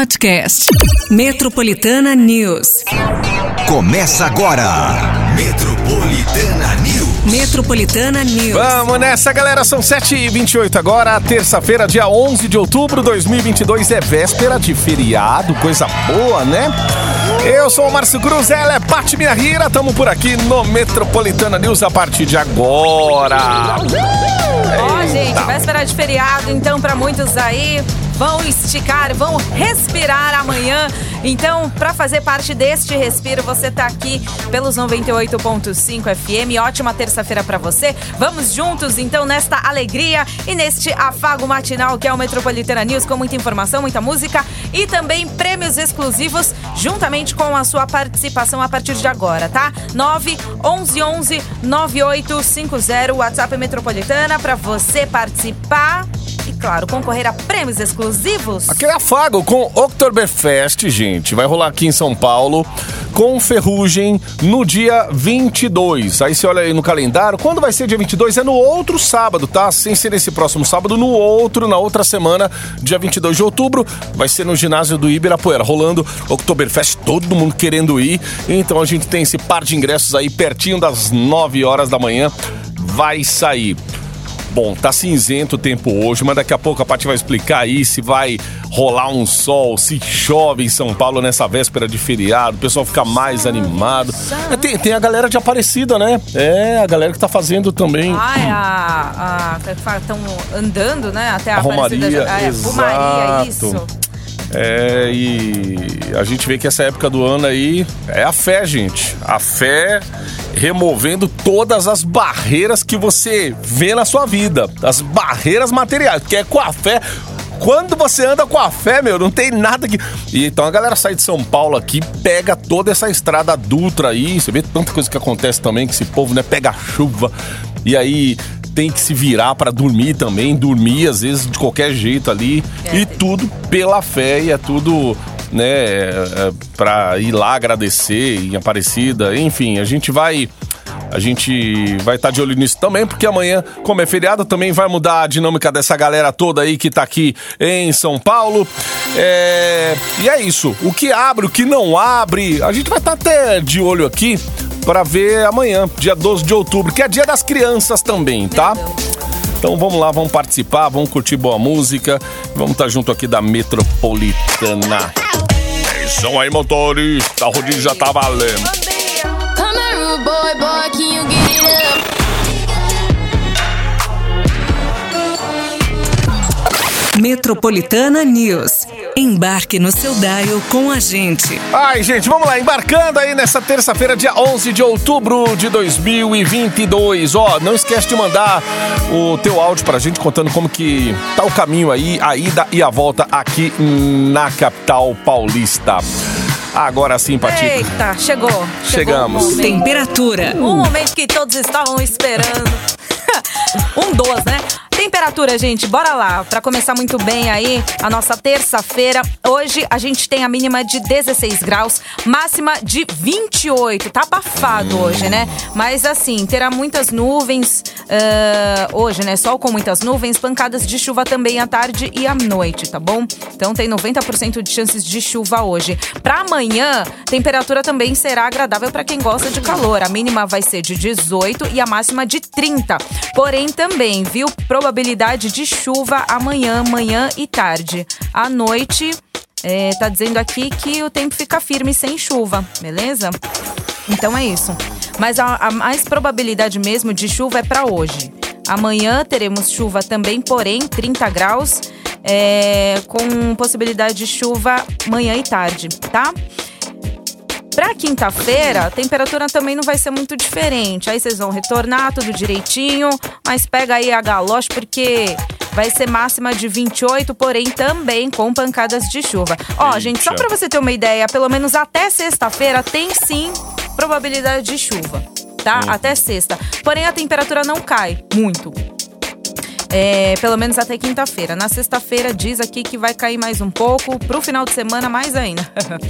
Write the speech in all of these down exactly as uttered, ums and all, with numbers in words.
podcast. Metropolitana News. Começa agora. Metropolitana News. Metropolitana News. Vamos nessa, galera. São sete e vinte e oito agora, terça-feira, dia onze de outubro de dois mil e vinte e dois. É véspera de feriado, coisa boa, né? Eu sou o Márcio Cruz, ela é Paty Minahira. Estamos por aqui no Metropolitana News a partir de agora. Ó, oh, gente, véspera de feriado, então, para muitos aí, vão esticar, vão respirar amanhã. Então, para fazer parte deste respiro, você tá aqui pelos noventa e oito ponto cinco F M. Ótima terça-feira para você. Vamos juntos, então, nesta alegria e neste afago matinal que é o Metropolitana News, com muita informação, muita música e também prêmios exclusivos, juntamente com a sua participação a partir de agora, tá? nove onze onze nove oito cinco zero, WhatsApp Metropolitana, para você participar. E, claro, concorrer a prêmios exclusivos. Aquele afago com Oktoberfest, gente. Vai rolar aqui em São Paulo com Ferrugem no dia vinte e dois. Aí você olha aí no calendário. Quando vai ser dia vinte e dois? É no outro sábado, tá? Sem ser nesse próximo sábado, no outro, na outra semana, dia vinte e dois de outubro. Vai ser no ginásio do Ibirapuera, rolando Oktoberfest, todo mundo querendo ir. Então a gente tem esse par de ingressos aí pertinho das nove horas da manhã. Vai sair. Bom, tá cinzento o tempo hoje, mas daqui a pouco a Paty vai explicar aí se vai rolar um sol, se chove em São Paulo nessa véspera de feriado, o pessoal fica mais animado. É, tem, tem a galera de Aparecida, né? É, a galera que tá fazendo também. Ah, é a... Estão andando, né? Até a, a Romaria, Aparecida. É, exato. Romaria, isso. É, e a gente vê que essa época do ano aí é a fé, gente. A fé removendo todas as barreiras que você vê na sua vida. As barreiras materiais, que é com a fé. Quando você anda com a fé, meu, não tem nada que... E, então a galera sai de São Paulo aqui, pega toda essa estrada Dutra aí. Você vê tanta coisa que acontece também, que esse povo, né, pega chuva. E aí... tem que se virar para dormir também, dormir às vezes de qualquer jeito ali, é, e tudo pela fé, e é tudo, né, é, para ir lá agradecer em Aparecida, enfim, a gente vai... A gente vai estar tá de olho nisso também, porque amanhã, como é feriado, também vai mudar a dinâmica dessa galera toda aí que tá aqui em São Paulo. É... E é isso. O que abre, o que não abre, a gente vai estar tá até de olho aqui para ver amanhã, dia doze de outubro, que é dia das crianças também, tá? Então vamos lá, vamos participar, vamos curtir boa música, vamos estar tá junto aqui da Metropolitana. Atenção aí, motorista, o rodízio já tá valendo. Boy, boy, can you get it up? Metropolitana News. Embarque no seu dial com a gente. Ai, gente, vamos lá, embarcando aí nessa terça-feira, dia onze de outubro de dois mil e vinte e dois. Ó, não esquece de mandar o teu áudio pra gente contando como que tá o caminho aí, a ida e a volta aqui na capital paulista. Agora sim, Paty. Eita, chegou. Chegamos. Chegou um Temperatura. Um momento que todos estavam esperando. um doze, né? Temperatura, gente, bora lá. Pra começar muito bem aí a nossa terça-feira. Hoje a gente tem a mínima de dezesseis graus, máxima de vinte e oito. Tá abafado hoje, né? Mas assim, terá muitas nuvens uh, hoje, né? Sol com muitas nuvens, pancadas de chuva também à tarde e à noite, tá bom? Então tem noventa por cento de chances de chuva hoje. Pra amanhã, temperatura também será agradável pra quem gosta de calor. A mínima vai ser de dezoito e a máxima de trinta. Porém também, viu? Probabilidade de chuva amanhã, manhã e tarde. À noite, é, tá dizendo aqui que o tempo fica firme sem chuva, beleza? Então é isso. Mas a, a mais probabilidade mesmo de chuva é pra hoje. Amanhã teremos chuva também, porém trinta graus, é, com possibilidade de chuva manhã e tarde, tá? Pra quinta-feira, a temperatura também não vai ser muito diferente. Aí vocês vão retornar tudo direitinho, mas pega aí a galoche porque vai ser máxima de vinte e oito, porém também com pancadas de chuva. Ó, Eita. gente, só pra você ter uma ideia, pelo menos até sexta-feira tem sim probabilidade de chuva, tá? Hum. Até sexta. Porém a temperatura não cai muito. É, pelo menos até quinta-feira. Na sexta-feira diz aqui que vai cair mais um pouco, pro final de semana mais ainda.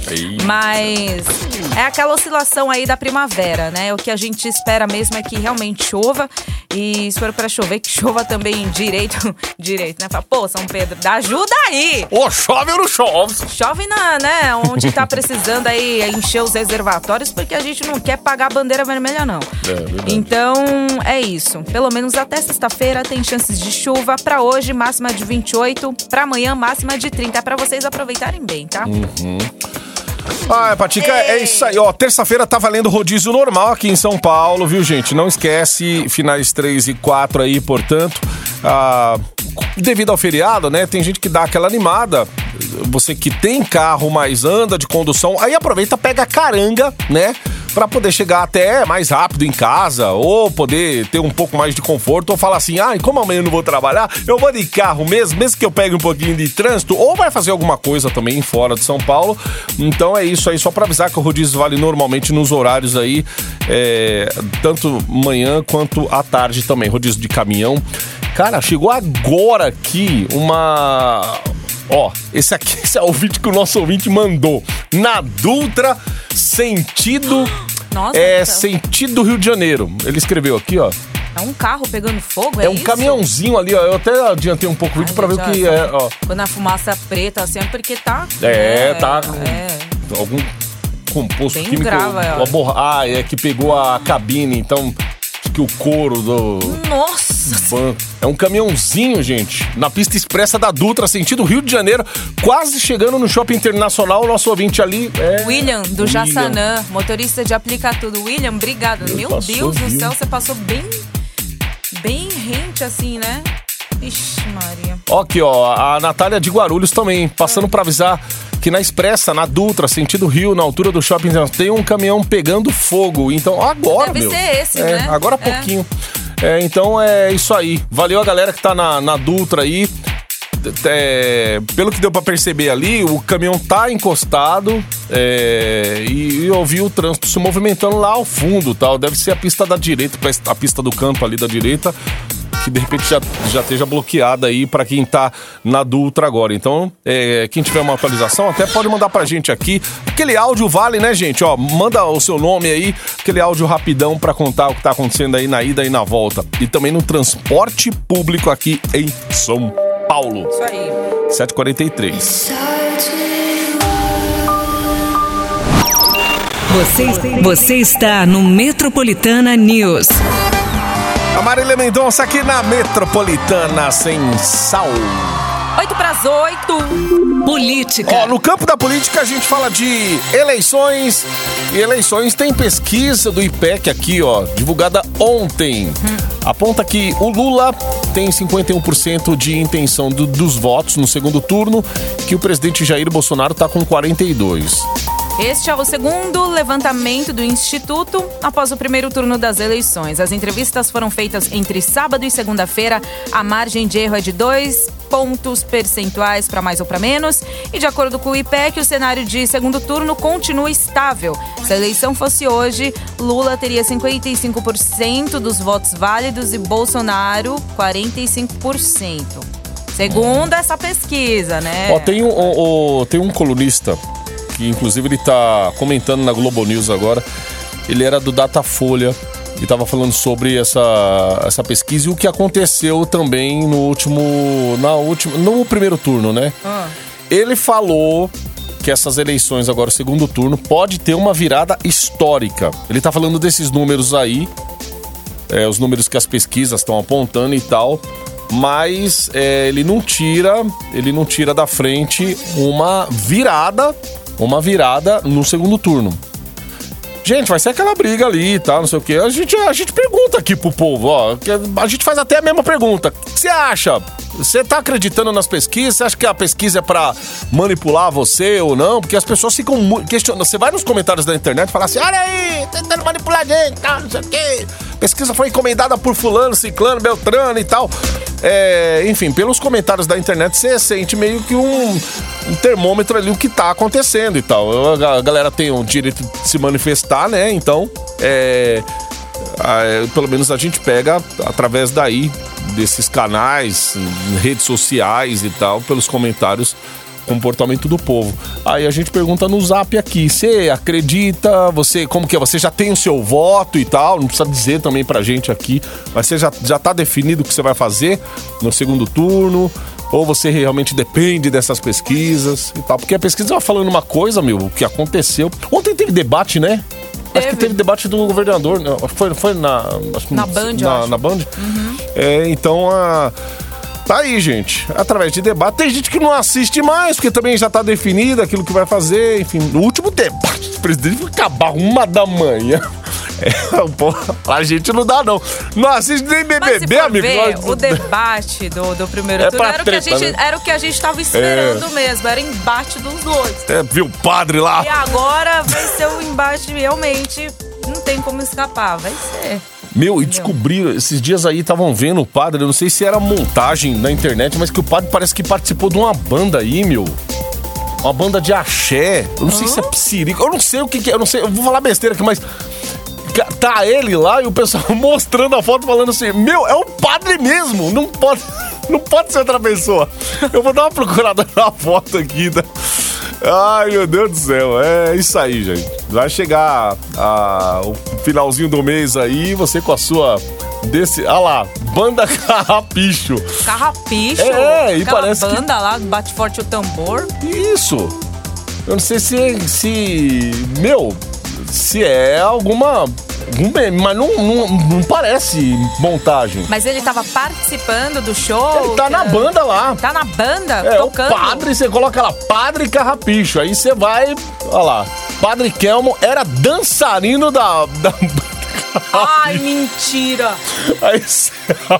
Mas é aquela oscilação aí da primavera, né? O que a gente espera mesmo é que realmente chova E se for pra chover, que chova também direito, direito, né? Fala, pô, São Pedro, dá ajuda aí! Ô, chove ou não chove? Chove na, né, onde tá precisando aí encher os reservatórios, porque a gente não quer pagar a bandeira vermelha, não. É, verdade. Então, é isso. Pelo menos até sexta-feira tem chances de chuva. Pra hoje, máxima de vinte e oito. Pra amanhã, máxima de trinta. É pra vocês aproveitarem bem, tá? Uhum. Ah, Patica, é isso aí, ó. Terça-feira tá valendo rodízio normal aqui em São Paulo, viu, gente? Não esquece, finais três e quatro aí, portanto. Ah, devido ao feriado, né? Tem gente que dá aquela animada. Você que tem carro, mas anda de condução, aí aproveita, pega a caranga, né? Pra poder chegar até mais rápido em casa, ou poder ter um pouco mais de conforto, ou falar assim, ah, como amanhã eu não vou trabalhar, eu vou de carro mesmo, mesmo que eu pegue um pouquinho de trânsito, ou vai fazer alguma coisa também fora de São Paulo. Então é isso aí, só pra avisar que o rodízio vale normalmente nos horários aí, é, tanto manhã quanto à tarde também, rodízio de caminhão. Cara, chegou agora aqui uma... Ó, esse aqui esse é o vídeo que o nosso ouvinte mandou. Na Dutra, sentido... Nossa, é, então. sentido Rio de Janeiro. Ele escreveu aqui, ó. É um carro pegando fogo, é, É um isso? caminhãozinho ali, ó. Eu até adiantei um pouco o vídeo Ai, pra ver gente, o que ó, é, ó. Quando a fumaça preta, assim, é porque tá... É, tá... É. Algum composto Bem químico... grave, ó. uma borra- Ah, é que pegou a cabine, então... Que o couro do... Nossa! banco. É um caminhãozinho, gente, na pista expressa da Dutra, sentido Rio de Janeiro, quase chegando no Shopping Internacional. O nosso ouvinte ali é... William, do William. Jaçanã, motorista de Aplica Tudo. William, obrigado. Ele Meu passou, Deus do viu? céu, você passou bem, bem rente assim, né? Ixi, Maria. Ó, aqui, ó, a Natália de Guarulhos também, passando pra avisar que na Expressa, na Dutra, sentido Rio, na altura do Shopping Internacional, tem um caminhão pegando fogo. Então, agora, Deve meu. ser esse, é, né? Agora há É. pouquinho. É, então é isso aí. Valeu a galera que tá na, na Dutra aí. É, pelo que deu pra perceber ali, o caminhão tá encostado, é, e, e eu vi o trânsito se movimentando lá ao fundo, tal. Deve ser a pista da direita, a pista do campo ali da direita, que de repente já, já esteja bloqueada aí pra quem tá na Dutra agora. Então, é, quem tiver uma atualização, até pode mandar pra gente aqui. Aquele áudio vale, né, gente? Ó, manda o seu nome aí, aquele áudio rapidão pra contar o que tá acontecendo aí na ida e na volta. E também no transporte público aqui em São Paulo. Isso aí. sete e quarenta e três. Você, você está no Metropolitana News. A Marília Mendonça aqui na Metropolitana sem sal. Oito pras oito. Política. Ó, no campo da política a gente fala de eleições. E eleições tem pesquisa do I P E C aqui, ó, divulgada ontem. Hum. Aponta que o Lula tem cinquenta e um por cento de intenção do, dos votos no segundo turno, que o presidente Jair Bolsonaro tá com quarenta e dois por cento. Este é o segundo levantamento do Instituto após o primeiro turno das eleições. As entrevistas foram feitas entre sábado e segunda-feira. A margem de erro é de dois pontos percentuais para mais ou para menos. E de acordo com o I P E C, o cenário de segundo turno continua estável. Se a eleição fosse hoje, Lula teria cinquenta e cinco por cento dos votos válidos e Bolsonaro quarenta e cinco por cento. Segundo essa pesquisa, né? Ó, tem um, o, o, tem um colunista que inclusive ele tá comentando na Globo News agora. Ele era do Datafolha e tava falando sobre essa, essa pesquisa e o que aconteceu também no último, na última, no primeiro turno, né? Ah. Ele falou que essas eleições agora, o segundo turno, pode ter uma virada histórica. Ele tá falando desses números aí, é, os números que as pesquisas estão apontando e tal, mas é, ele não tira, ele não tira da frente uma virada Uma virada no segundo turno. Gente, vai ser aquela briga ali, tá? Não sei o quê. A gente, a gente pergunta aqui pro povo, ó. Que a gente faz até a mesma pergunta. O que você acha? Você tá acreditando nas pesquisas? Você acha que a pesquisa é pra manipular você ou não? Porque as pessoas ficam muito questionando. Você vai nos comentários da internet e fala assim: olha aí, tentando manipular a gente, tá? Não sei o quê. Pesquisa foi encomendada por fulano, ciclano, beltrano e tal. É, enfim, pelos comentários da internet você sente meio que um, um termômetro ali o que tá acontecendo e tal. A galera tem o direito de se manifestar, né? Então, é, é, pelo menos a gente pega através daí, desses canais, redes sociais e tal, pelos comentários, comportamento do povo. Aí a gente pergunta no Zap aqui, você acredita, você, como que é, você já tem o seu voto e tal, não precisa dizer também pra gente aqui, mas você já, já tá definido o que você vai fazer no segundo turno, ou você realmente depende dessas pesquisas e tal, porque a pesquisa vai falando uma coisa, meu, o que aconteceu. Ontem teve debate, né? Teve. Acho que teve debate do governador, foi, foi na... Acho, na Band, na, eu acho. Na Band? Uhum. É, então, a... Tá aí, gente, através de debate. Tem gente que não assiste mais, porque também já tá definido aquilo que vai fazer. Enfim, no último debate do presidente vai acabar uma da manhã. É, pô, a gente não dá, não. Não assiste nem B B B, amigo. Ver, o debate do, do primeiro é turno era, treta, o que a gente, né? era o que a gente tava esperando é. mesmo. Era embate dos dois. É, viu o padre lá. E agora vai ser o embate, realmente, não tem como escapar. Vai ser. Meu, e descobriram, esses dias aí estavam vendo o padre, eu não sei se era montagem na internet, mas que o padre parece que participou de uma banda aí, meu. Uma banda de axé. Eu não uhum. sei se é psirico, eu não sei o que, que é, eu não sei, eu vou falar besteira aqui, mas tá ele lá e o pessoal mostrando a foto falando assim, meu, é o padre mesmo, não pode, não pode ser outra pessoa. Eu vou dar uma procurada na foto aqui, né? Ai, meu Deus do céu, é isso aí, gente. Vai chegar a, o finalzinho do mês aí, você com a sua... Desse, ah lá, Banda Carrapicho. Carrapicho? É, e aquela parece banda que... lá, bate forte o tambor. Isso. Eu não sei se... se meu, se é alguma... Mas não, não, não parece montagem. Mas ele tava participando do show? Ele tá na banda lá. Tá na banda? É, tocando? O padre, você coloca lá, Padre Carrapicho. Aí você vai, olha lá, Padre Kelmo era dançarino da... da... Ai, mentira. Aí você...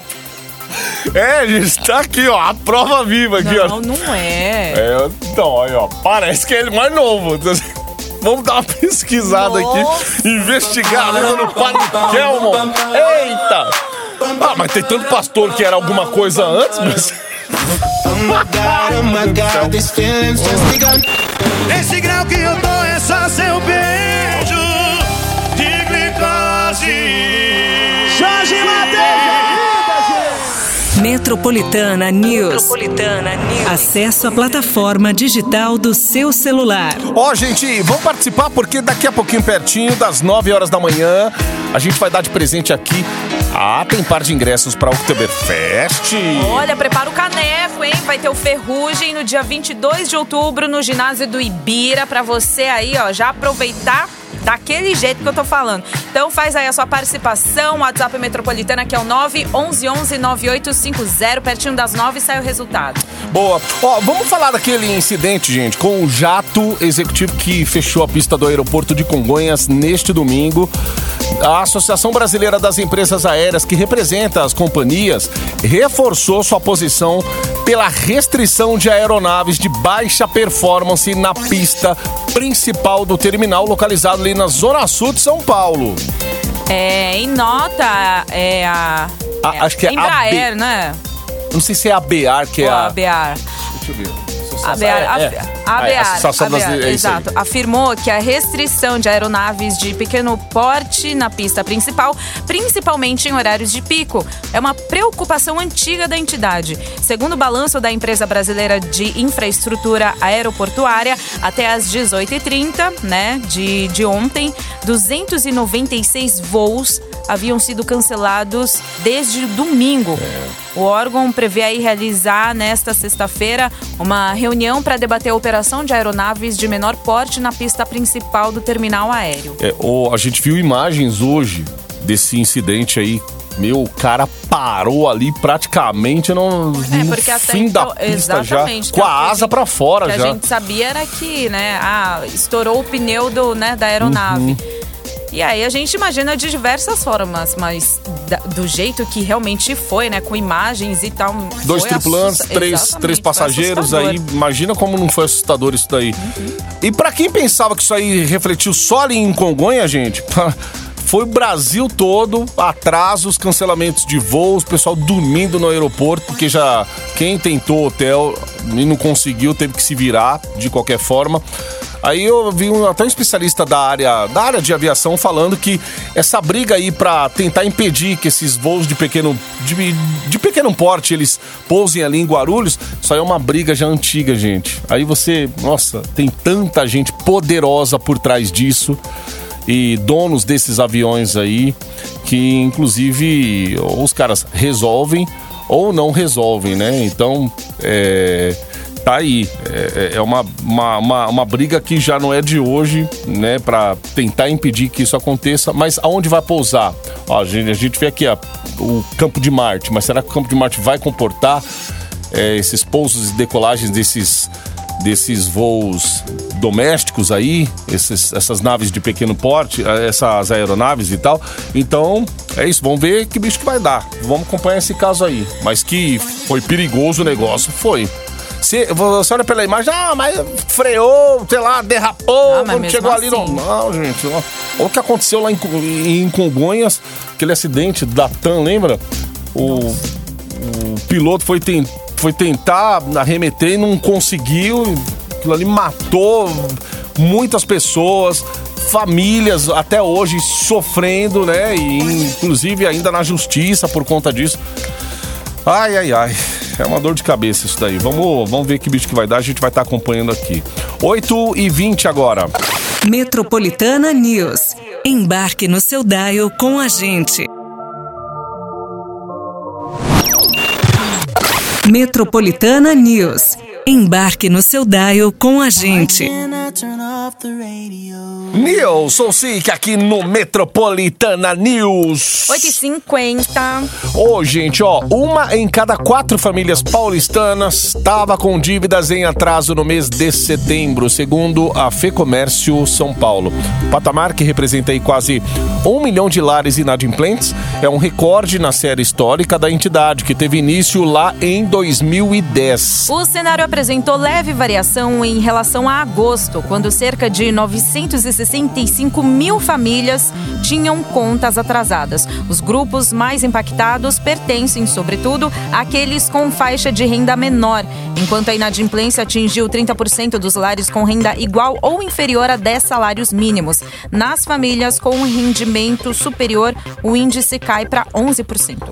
É, gente, tá aqui, ó, a prova viva aqui, não, ó. Não, não é. É. Então, aí, ó, parece que é ele mais novo. Vamos dar uma pesquisada Nossa. aqui, investigar né, no Padre Kelmo. Eita! Ah, mas tem tanto pastor que era alguma coisa antes, mas... Nesse grau que eu tô é só seu beijo de glicose. Jorge Mateus! Metropolitana News. Metropolitana News. Acesso à plataforma digital do seu celular. Ó, oh, gente, vamos participar porque daqui a pouquinho, pertinho das nove horas da manhã, a gente vai dar de presente aqui. Ah, tem par de ingressos para o Oktoberfest. Olha, prepara o caneco, hein? Vai ter o Ferrugem no dia vinte e dois de outubro no ginásio do Ibira pra você aí, ó, já aproveitar daquele jeito que eu tô falando. Então faz aí a sua participação, WhatsApp Metropolitana, que é o nove onze onze nove oito cinco zero, pertinho das nove sai o resultado. Boa. Ó, vamos falar daquele incidente, gente, com o jato executivo que fechou a pista do aeroporto de Congonhas neste domingo. A Associação Brasileira das Empresas Aéreas, que representa as companhias, reforçou sua posição pela restrição de aeronaves de baixa performance na pista principal do terminal, localizado ali na Zona Sul de São Paulo. É, em nota, é a... a é, acho que é Embraer, a B... né? Não sei se é a BEAR, que é a... a BEAR. Deixa eu ver. A BEAR, a, é. a BEAR, Associação a BEAR, Brasileira, é exato, afirmou que a restrição de aeronaves de pequeno porte na pista principal, principalmente em horários de pico, é uma preocupação antiga da entidade. Segundo o balanço da empresa brasileira de infraestrutura aeroportuária, até às dezoito e trinta, né, de, de ontem, duzentos e noventa e seis voos haviam sido cancelados desde domingo. O órgão prevê aí realizar nesta sexta-feira uma reunião para debater a operação de aeronaves de menor porte na pista principal do terminal aéreo. É, oh, a gente viu imagens hoje desse incidente aí. Meu, o cara parou ali praticamente no, é, no porque fim então, da pista já, com a asa gente, pra fora que já. A gente sabia era que, né, ah, estourou o pneu do, né, da aeronave. Uhum. E aí a gente imagina de diversas formas, mas da, do jeito que realmente foi, né? Com imagens e tal. Dois tripulantes, três, três passageiros aí. Imagina como não foi assustador isso daí. Uhum. E pra quem pensava que isso aí refletiu só ali em Congonha, gente... Foi o Brasil todo, atrasos, cancelamentos de voos, pessoal dormindo no aeroporto, porque já quem tentou hotel e não conseguiu, teve que se virar de qualquer forma. Aí eu vi um, até um especialista da área, da área de aviação falando que essa briga aí pra tentar impedir que esses voos de pequeno, de, de pequeno porte eles pousem ali em Guarulhos, isso aí é uma briga já antiga, gente. Aí você, nossa, tem tanta gente poderosa por trás disso e donos desses aviões aí que inclusive os caras resolvem ou não resolvem, né? Então, é... tá aí, é, é uma, uma, uma, uma briga que já não é de hoje, né, pra tentar impedir que isso aconteça, mas aonde vai pousar? Ó, a, gente, a gente vê aqui ó, o Campo de Marte, mas será que o Campo de Marte vai comportar é, esses pousos e decolagens desses, desses voos domésticos aí, esses, essas naves de pequeno porte, essas aeronaves e tal? Então, é isso, vamos ver que bicho que vai dar, vamos acompanhar esse caso aí, mas que foi perigoso o negócio, foi. Você, você olha pela imagem, ah, mas freou, sei lá, derrapou, ah, quando chegou assim. ali. Não, não, gente. Olha o que aconteceu lá em, em Congonhas, aquele acidente da TAM, lembra? O, o piloto foi, ten, foi tentar arremeter e não conseguiu. Aquilo ali matou muitas pessoas, famílias até hoje sofrendo, né? E inclusive ainda na justiça por conta disso. Ai, ai, ai. É uma dor de cabeça isso daí. Vamos, vamos ver que bicho que vai dar. A gente vai estar acompanhando aqui. oito e vinte agora. Metropolitana News. Embarque no seu dial com a gente. Metropolitana News. Embarque no seu dial com a gente. Neil Soucic aqui no Metropolitana News. oito e cinquenta. Ô, gente, ó, uma em cada quatro famílias paulistanas estava com dívidas em atraso no mês de setembro, segundo a Fecomércio São Paulo. O patamar, que representa aí quase um milhão de lares inadimplentes, é um recorde na série histórica da entidade, que teve início lá em dois mil e dez. O cenário apresentou leve variação em relação a agosto, quando cerca de novecentos e sessenta e cinco mil famílias tinham contas atrasadas. Os grupos mais impactados pertencem, sobretudo, àqueles com faixa de renda menor, enquanto a inadimplência atingiu trinta por cento dos lares com renda igual ou inferior a dez salários mínimos. Nas famílias com rendimento superior, o índice cai para onze por cento.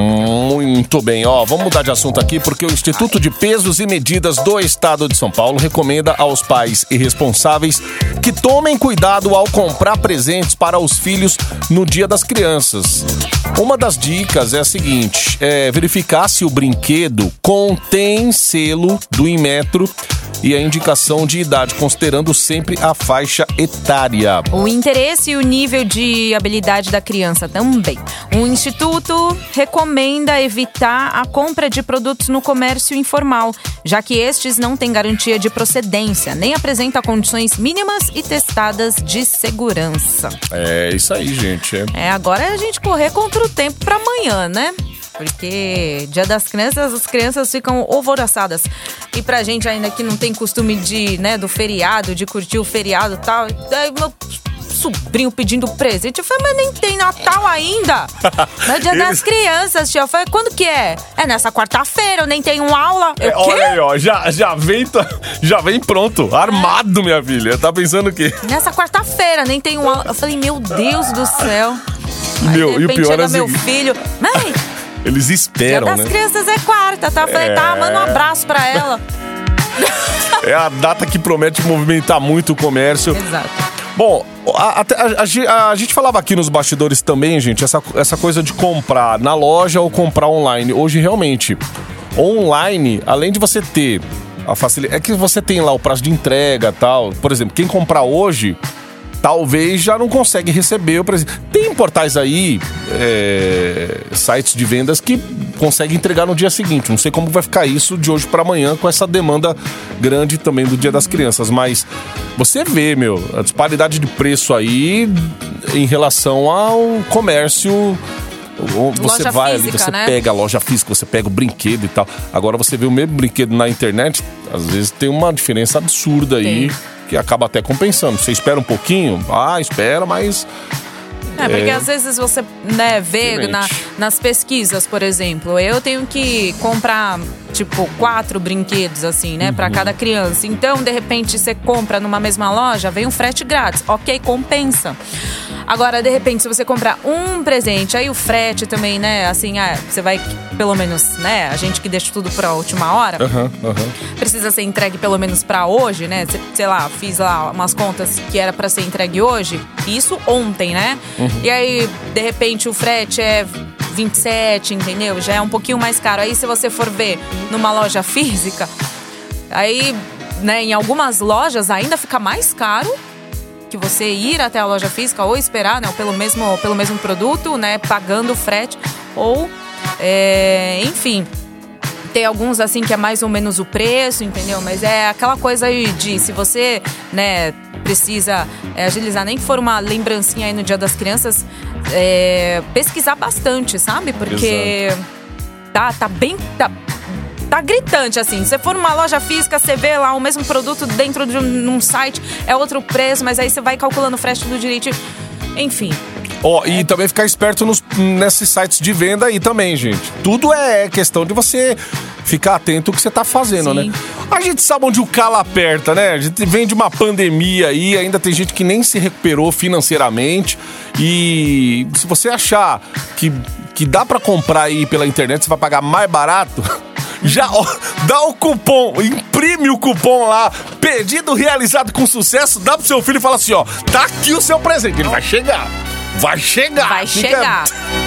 Muito bem, ó, vamos mudar de assunto aqui, porque o Instituto de Pesos e Medidas do Estado de São Paulo recomenda aos pais e responsáveis que tomem cuidado ao comprar presentes para os filhos no Dia das Crianças. Uma das dicas é a seguinte, é verificar se o brinquedo contém selo do Inmetro e a indicação de idade, considerando sempre a faixa etária. O interesse e o nível de habilidade da criança também. O Instituto recomenda evitar a compra de produtos no comércio informal, já que estes não têm garantia de procedência, nem apresentam condições mínimas e testadas de segurança. É isso aí, gente. É, é agora é a gente correr contra o tempo para amanhã, né? Porque Dia das Crianças, as crianças ficam alvoroçadas. E pra gente ainda que não tem costume de, né, do feriado, de curtir o feriado e tal, daí meu sobrinho pedindo presente. Eu falei, mas nem tem Natal ainda. Não é Dia Eles... das Crianças, tio. Eu falei, quando que é? É nessa quarta-feira, eu nem tenho aula. Eu, é, olha aí, ó, já, já, vem, já vem pronto, armado, minha filha. Tá pensando o quê? Nessa quarta-feira, nem tenho aula. Eu falei, meu Deus do céu. Meu, Aí, de repente, e o pior chega é meu assim... filho. Mãe... Eles esperam, Dia das né? Crianças é quarta, tá? Eu falei, é... tá, manda um abraço pra ela. É a data que promete movimentar muito o comércio. Exato. Bom, a, a, a, a gente falava aqui nos bastidores também, gente, essa, essa coisa de comprar na loja ou comprar online. Hoje, realmente, online, além de você ter a facilidade... É que você tem lá o prazo de entrega e tal. Por exemplo, quem comprar hoje... talvez já não consegue receber o presente. Tem portais aí, é, sites de vendas que conseguem entregar no dia seguinte. Não sei como vai ficar isso de hoje para amanhã com essa demanda grande também do Dia das Crianças. Mas você vê, meu, a disparidade de preço aí em relação ao comércio. Você loja vai física, ali, você né? pega a loja física, você pega o brinquedo e tal. Agora você vê o mesmo brinquedo na internet, às vezes tem uma diferença absurda aí. Tem. Que acaba até compensando. Você espera um pouquinho? Ah, espera, mas É, porque É. às vezes você, né, vê na, nas pesquisas, por exemplo, eu tenho que comprar, tipo, quatro brinquedos, assim, né, Uhum. pra cada criança. Então, de repente, você compra numa mesma loja, vem um frete grátis. Ok, compensa. Agora, de repente, se você comprar um presente, aí o frete também, né, assim, ah, você vai, pelo menos, né, a gente que deixa tudo pra última hora, Aham, aham. precisa ser entregue pelo menos pra hoje, né? Sei lá, fiz lá umas contas que era pra ser entregue hoje, isso ontem, né? Uhum. E aí, de repente, o frete é vinte e sete, entendeu? Já é um pouquinho mais caro. Aí, se você for ver numa loja física, aí, né, em algumas lojas ainda fica mais caro que você ir até a loja física ou esperar, né, ou pelo mesmo, pelo mesmo produto, né, pagando o frete, ou, é, enfim, tem alguns assim que é mais ou menos o preço, entendeu? Mas é aquela coisa aí de, se você, né, precisa é, agilizar, nem que for uma lembrancinha aí no Dia das Crianças, é, pesquisar bastante, sabe? Porque tá, tá bem... Tá, Tá gritante, assim. Se você for numa loja física, você vê lá o mesmo produto dentro de um, um site, é outro preço, mas aí você vai calculando o frete tudo direitinho. Enfim. Ó, e também ficar esperto nos, nesses sites de venda aí também, gente. Tudo é questão de você ficar atento ao que você tá fazendo, Sim. né? A gente sabe onde o calo aperta, né? A gente vem de uma pandemia aí, ainda tem gente que nem se recuperou financeiramente. E se você achar que, que dá pra comprar aí pela internet, você vai pagar mais barato... Já, ó, dá o cupom, imprime o cupom lá, pedido realizado com sucesso, dá pro seu filho e fala assim, ó, tá aqui o seu presente, ele vai chegar, vai chegar. Vai Fica- chegar.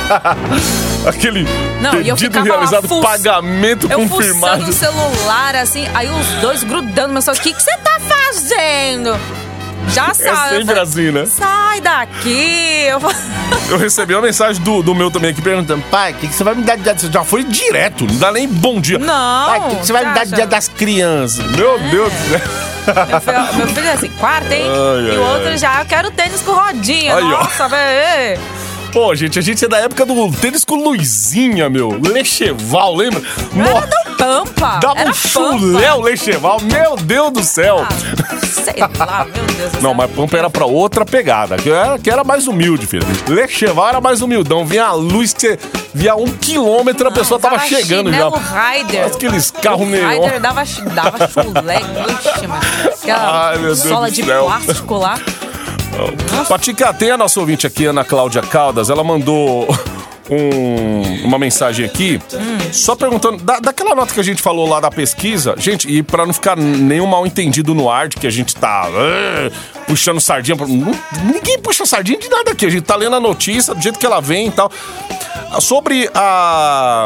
Aquele Não, e eu pedido ficava realizado, fuç- pagamento Eu confirmado. fuçando o celular, assim, aí os dois grudando, mas só, o que que você tá fazendo? Já sabe. É sempre assim, né? Sai daqui. Eu... Eu recebi uma mensagem do, do meu também aqui perguntando, pai, o que, que você vai me dar de dia? Você já foi direto, não dá nem bom dia. Não, Pai, o que, que você vai me dar de Sasha. dia das crianças? Meu Deus do céu. Meu filho, meu filho é assim, quarta, hein? Ai, e ai, o outro ai. já, eu quero tênis com rodinha. Aí, ó. Nossa, velho. Pô, gente, a gente é da época do tênis com luzinha, meu. Lecheval, lembra? Era da Pampa. Dava era um chulé o Lecheval, meu Deus do céu. Ah, sei lá, meu Deus do céu. Não, mas Pampa era pra outra pegada, que era, que era mais humilde, filho. Lecheval era mais humildão, vinha a luz que você via um quilômetro, a pessoa tava Usava chegando já. chinelo Rider. Aqueles carros O neon. Rider dava, chi- dava chulé. Ixi, mano. Aquela Ai, meu Deus sola do de céu. plástico lá. Patica, tem a nossa ouvinte aqui, Ana Cláudia Caldas, ela mandou um- uma mensagem aqui, só perguntando, da, daquela nota que a gente falou lá da pesquisa, gente, e pra não ficar nenhum mal entendido no ar, de que a gente tá uh, puxando sardinha, pra, não, ninguém puxa sardinha de nada aqui, a gente tá lendo a notícia do jeito que ela vem e tal. Sobre a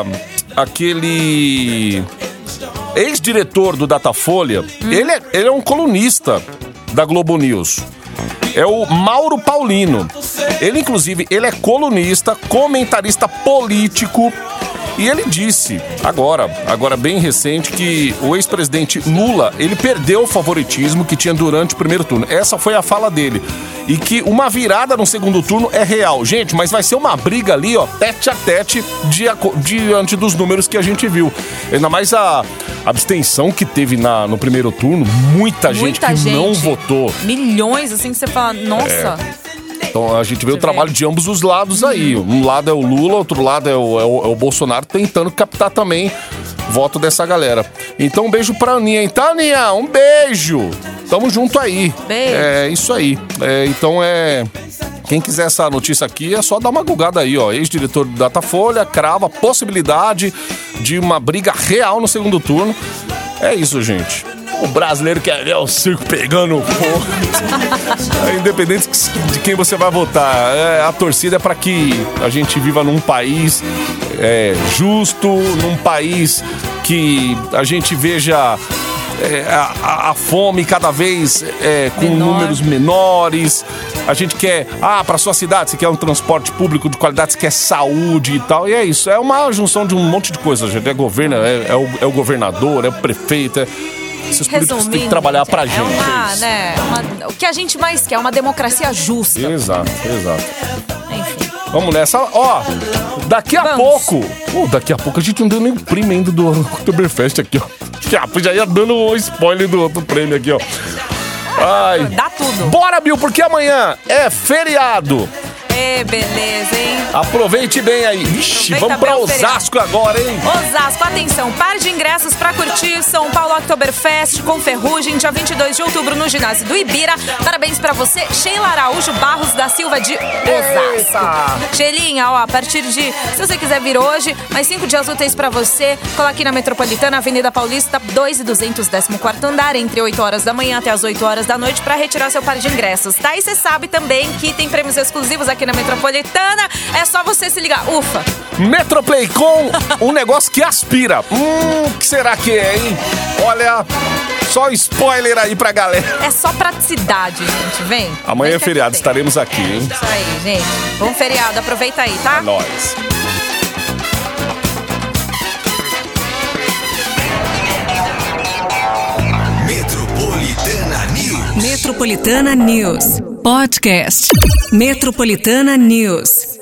aquele ex-diretor do Datafolha, ele, é, ele é um colunista da Globo News. É o Mauro Paulino. Ele, inclusive, ele é colunista, comentarista político. E ele disse, agora, agora bem recente, que o ex-presidente Lula, ele perdeu o favoritismo que tinha durante o primeiro turno. Essa foi a fala dele. E que uma virada no segundo turno é real. Gente, mas vai ser uma briga ali, ó, tete a tete, diaco- diante dos números que a gente viu. Ainda mais a abstenção que teve na, no primeiro turno, muita, gente Muita que gente. não votou. Milhões, assim, que você fala, nossa. Então a gente vê Você o trabalho vê. de ambos os lados aí. Um lado é o Lula, outro lado é o, é o, é o Bolsonaro tentando captar também voto dessa galera. Então um beijo pra Aninha. Então, Aninha, um beijo. Tamo junto aí. Beijo. É isso aí. É, então é... Quem quiser essa notícia aqui é só dar uma gugada aí, ó. Ex-diretor do Datafolha crava a possibilidade de uma briga real no segundo turno. É isso, gente. O brasileiro quer ver o circo pegando fogo. É, independente de quem você vai votar, é, a torcida é para que a gente viva num país é, justo, num país que a gente veja é, a, a fome cada vez é, com Menor. números menores. A gente quer, ah, para sua cidade, você quer um transporte público de qualidade, você quer saúde e tal. E é isso, é uma junção de um monte de coisas, gente. É governo, é, é, o, é o governador, é o prefeito, é... Esses políticos têm que trabalhar pra gente. É uma, é isso. né, uma- o que a gente mais quer é uma democracia justa. Exato, exato. Enfim. Vamos nessa. Ó, daqui a Vamos. pouco. Oh, daqui a pouco a gente não deu nem o prêmio ainda do Oktoberfest aqui, ó. Já, já ia dando um spoiler do outro prêmio aqui, ó. Ai. Dá tudo. Bora, Bill, porque amanhã é feriado. Ê, beleza, hein? Aproveite bem aí. Ixi, Aproveita vamos pra bem o Osasco agora, hein? Osasco, atenção, par de ingressos pra curtir São Paulo Oktoberfest com Ferrugem, dia vinte e dois de outubro no ginásio do Ibira. Parabéns pra você, Sheila Araújo Barros da Silva de Osasco. Sheilinha, ó, a partir de, se você quiser vir hoje, mais cinco dias úteis pra você, cola aqui na Metropolitana, Avenida Paulista, dois e duzentos, décimo quarto andar, entre oito horas da manhã até as oito horas da noite pra retirar seu par de ingressos, tá? E você sabe também que tem prêmios exclusivos aqui na Metropolitana, é só você se ligar. Ufa! Metroplay com um negócio que aspira. Hum, o que será que é, hein? Olha, só spoiler aí pra galera. É só praticidade, gente, vem. Amanhã vem é feriado, estaremos aqui, hein? Isso aí, gente. Bom feriado, aproveita aí, tá? É nóis. Metropolitana News. Metropolitana News. Podcast. Metropolitana News.